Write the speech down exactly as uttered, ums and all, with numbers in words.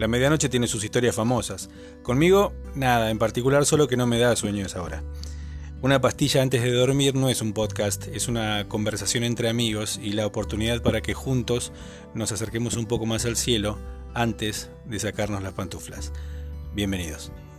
La medianoche tiene sus historias famosas. Conmigo, nada, en particular solo que no me da sueño esa hora. Una pastilla antes de dormir no es un podcast, es una conversación entre amigos y la oportunidad para que juntos nos acerquemos un poco más al cielo antes de sacarnos las pantuflas. Bienvenidos.